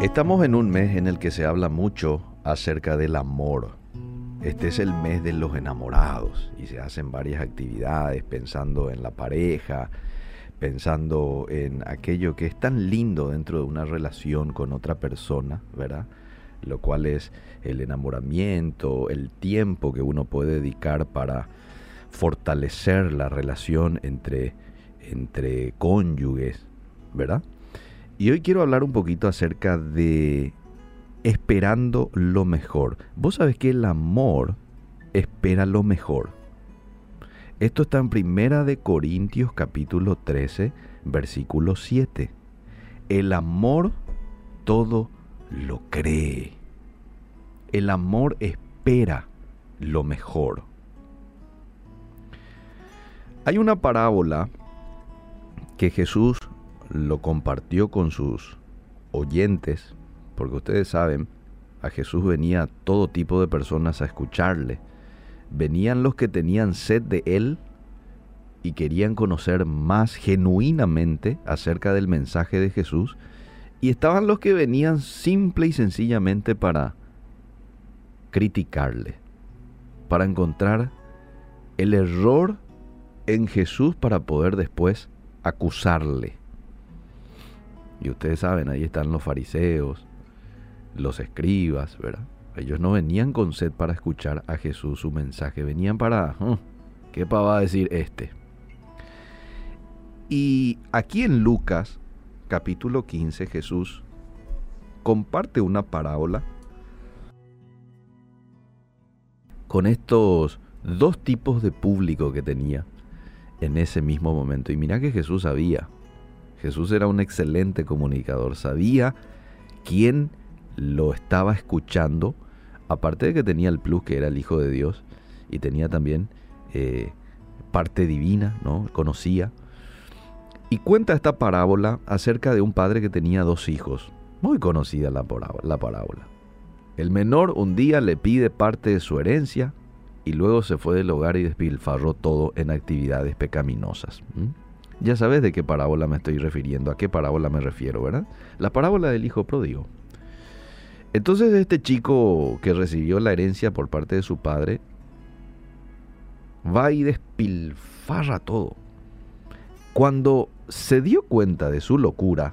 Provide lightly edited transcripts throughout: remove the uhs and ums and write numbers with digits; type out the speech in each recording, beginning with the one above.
Estamos en un mes en el que se habla mucho acerca del amor. Este es el mes de los enamorados y se hacen varias actividades pensando en la pareja, pensando en aquello que es tan lindo dentro de una relación con otra persona, ¿verdad? Lo cual es el enamoramiento, el tiempo que uno puede dedicar para fortalecer la relación entre cónyuges, ¿verdad? Y hoy quiero hablar un poquito acerca de esperando lo mejor. Vos sabés que el amor espera lo mejor. Esto está en Primera de Corintios capítulo 13, versículo 7. El amor todo lo cree. El amor espera lo mejor. Hay una parábola que Jesús lo compartió con sus oyentes, porque ustedes saben, a Jesús venía todo tipo de personas a escucharle. Venían los que tenían sed de Él y querían conocer más genuinamente acerca del mensaje de Jesús, y estaban los que venían simple y sencillamente para criticarle, para encontrar el error en Jesús para poder después acusarle. Y ustedes saben, ahí están los fariseos, los escribas, ¿verdad? Ellos no venían con sed para escuchar a Jesús su mensaje, venían para, ¿qué va a decir este? Y aquí en Lucas, capítulo 15, Jesús comparte una parábola con estos dos tipos de público que tenía en ese mismo momento. Y mira que Jesús era un excelente comunicador, sabía quién lo estaba escuchando, aparte de que tenía el plus que era el Hijo de Dios y tenía también parte divina, ¿no? Conocía. Y cuenta esta parábola acerca de un padre que tenía dos hijos. Muy conocida la parábola. El menor un día le pide parte de su herencia y luego se fue del hogar y despilfarró todo en actividades pecaminosas. Ya sabes de qué parábola me estoy refiriendo, a qué parábola me refiero, ¿verdad? La parábola del hijo pródigo. Entonces este chico que recibió la herencia por parte de su padre va y despilfarra todo. Cuando se dio cuenta de su locura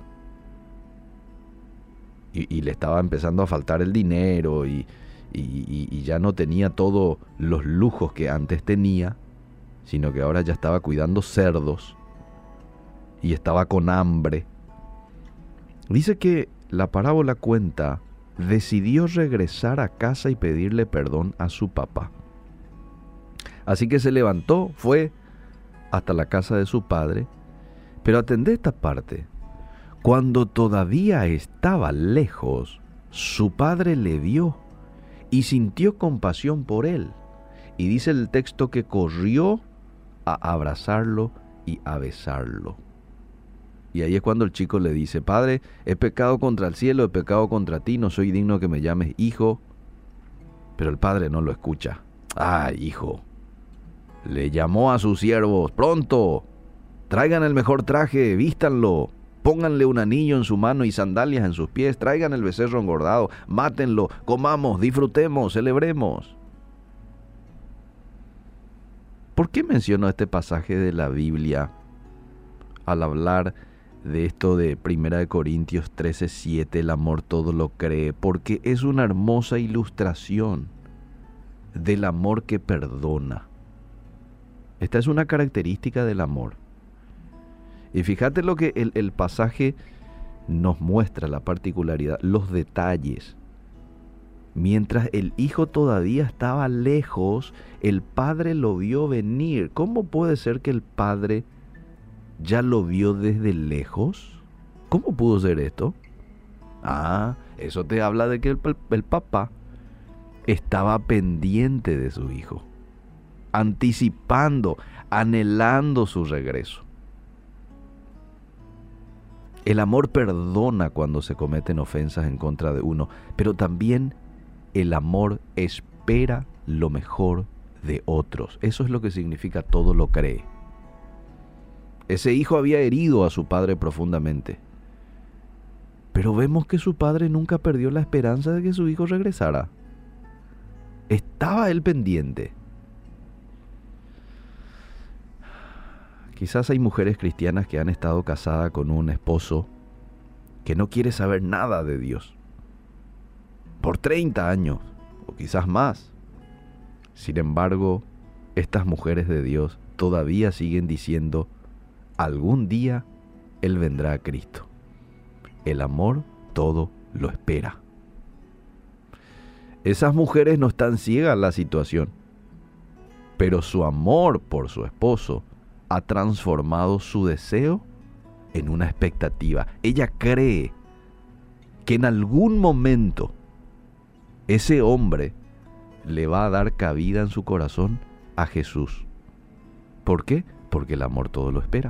y le estaba empezando a faltar el dinero y ya no tenía todos los lujos que antes tenía, sino que ahora ya estaba cuidando cerdos y estaba con hambre. Dice que la parábola cuenta, decidió regresar a casa y pedirle perdón a su papá. Así que se levantó, fue hasta la casa de su padre, pero atendé esta parte. Cuando todavía estaba lejos, su padre le vio y sintió compasión por él. Y dice el texto que corrió a abrazarlo y a besarlo. Y ahí es cuando el chico le dice: Padre, he pecado contra el cielo, he pecado contra ti, no soy digno que me llames hijo. Pero el padre no lo escucha. Hijo. Le llamó a sus siervos: pronto, traigan el mejor traje, vístanlo, pónganle un anillo en su mano y sandalias en sus pies, traigan el becerro engordado, mátenlo, comamos, disfrutemos, celebremos. ¿Por qué menciono este pasaje de la Biblia al hablar de esto de 1 Corintios 13:7, el amor todo lo cree? Porque es una hermosa ilustración del amor que perdona. Esta es una característica del amor. Y fíjate lo que el pasaje nos muestra, la particularidad, los detalles. Mientras el hijo todavía estaba lejos, el padre lo vio venir. ¿Cómo puede ser que el padre ya lo vio desde lejos? ¿Cómo pudo ser esto? Eso te habla de que el papá estaba pendiente de su hijo, anticipando, anhelando su regreso. El amor perdona cuando se cometen ofensas en contra de uno, pero también el amor espera lo mejor de otros. Eso es lo que significa todo lo cree. Ese hijo había herido a su padre profundamente, Pero vemos que su padre nunca perdió la esperanza de que su hijo regresara. Estaba él pendiente. Quizás hay mujeres cristianas que han estado casadas con un esposo que no quiere saber nada de Dios. Por 30 años, o quizás más. Sin embargo, estas mujeres de Dios todavía siguen diciendo, algún día Él vendrá a Cristo. El amor todo lo espera. Esas mujeres no están ciegas a la situación, pero su amor por su esposo ha transformado su deseo en una expectativa. Ella cree que en algún momento ese hombre le va a dar cabida en su corazón a Jesús. ¿Por qué? Porque el amor todo lo espera.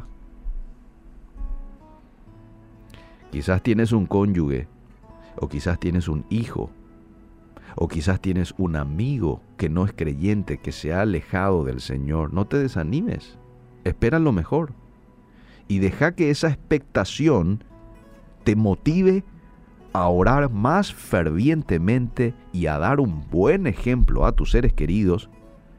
Quizás tienes un cónyuge, o quizás tienes un hijo, o quizás tienes un amigo que no es creyente, que se ha alejado del Señor. No te desanimes, espera lo mejor y deja que esa expectación te motive a orar más fervientemente y a dar un buen ejemplo a tus seres queridos.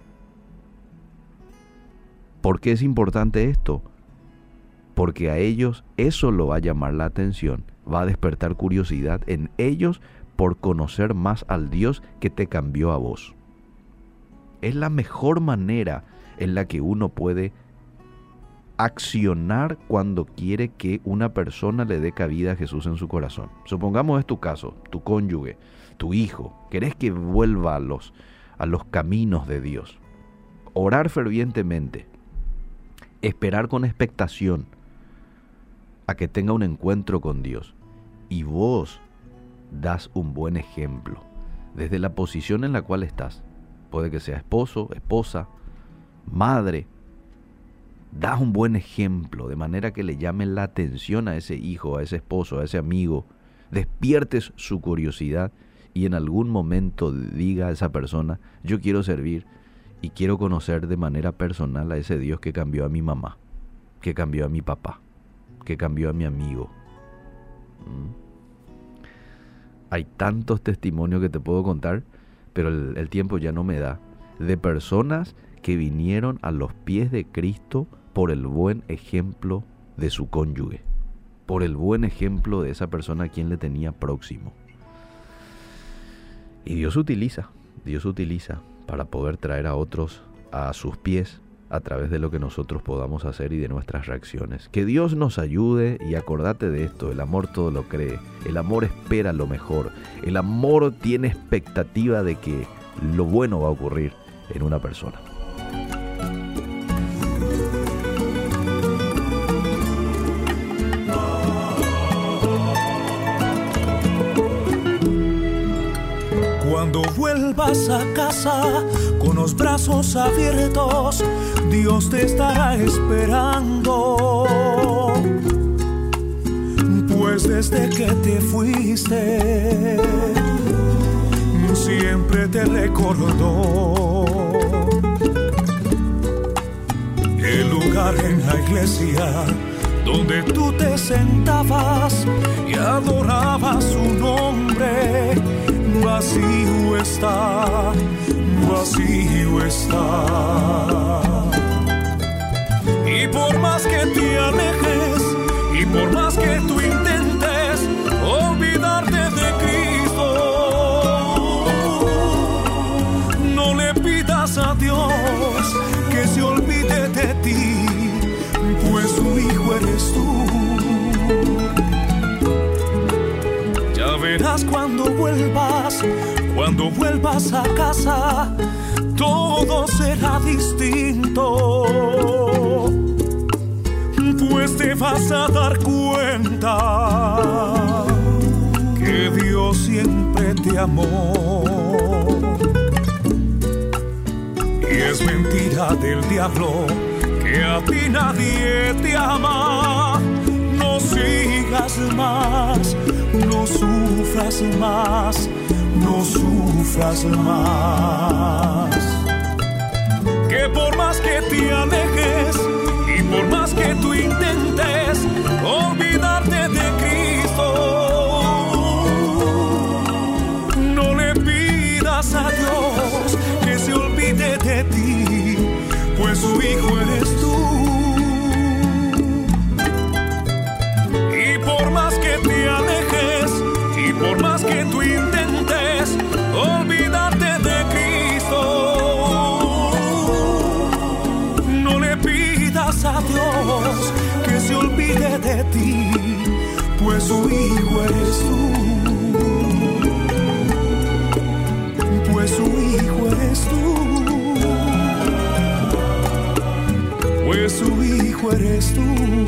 ¿Por qué es importante esto? Porque a ellos eso lo va a llamar la atención, va a despertar curiosidad en ellos por conocer más al Dios que te cambió a vos. Es la mejor manera en la que uno puede accionar cuando quiere que una persona le dé cabida a Jesús en su corazón. Supongamos es tu caso, tu cónyuge, tu hijo, querés que vuelva a los caminos de Dios. Orar fervientemente, esperar con expectación a que tenga un encuentro con Dios, y vos das un buen ejemplo desde la posición en la cual estás. Puede que sea esposo, esposa, madre. Das un buen ejemplo de manera que le llame la atención a ese hijo, a ese esposo, a ese amigo. Despiertes su curiosidad y en algún momento diga a esa persona, yo quiero servir y quiero conocer de manera personal a ese Dios que cambió a mi mamá, que cambió a mi papá, que cambió a mi amigo. Hay tantos testimonios que te puedo contar, pero el tiempo ya no me da, de personas que vinieron a los pies de Cristo por el buen ejemplo de su cónyuge, por el buen ejemplo de esa persona a quien le tenía próximo. Y Dios utiliza para poder traer a otros a sus pies a través de lo que nosotros podamos hacer y de nuestras reacciones. Que Dios nos ayude, y acordate de esto, el amor todo lo cree, el amor espera lo mejor, el amor tiene expectativa de que lo bueno va a ocurrir en una persona. Cuando vuelvas a casa con los brazos abiertos, Dios te estará esperando. Pues desde que te fuiste, siempre te recordó el lugar en la iglesia donde tú te sentabas y adorabas su nombre. Vacío está, vacío está. Y por más que te alejes, y por más que tú intentes olvidarte de Cristo, no le pidas a Dios que se olvide de ti, pues su hijo eres tú. Ya verás cuando vuelvas a casa, todo será distinto, pues te vas a dar cuenta que Dios siempre te amó. Y es mentira del diablo que a ti nadie te ama. No sigas más, no sufras más, no sufras más. Que por más que te alejes y por más que tú intentes olvidarte de Cristo, hijo eres tú. Y por más que te alejes, y por más que tú intentes olvidarte de Cristo, no le pidas a Dios que se olvide de ti, pues su hijo eres tú. Pues su hijo eres tú. Pues su hijo eres tú.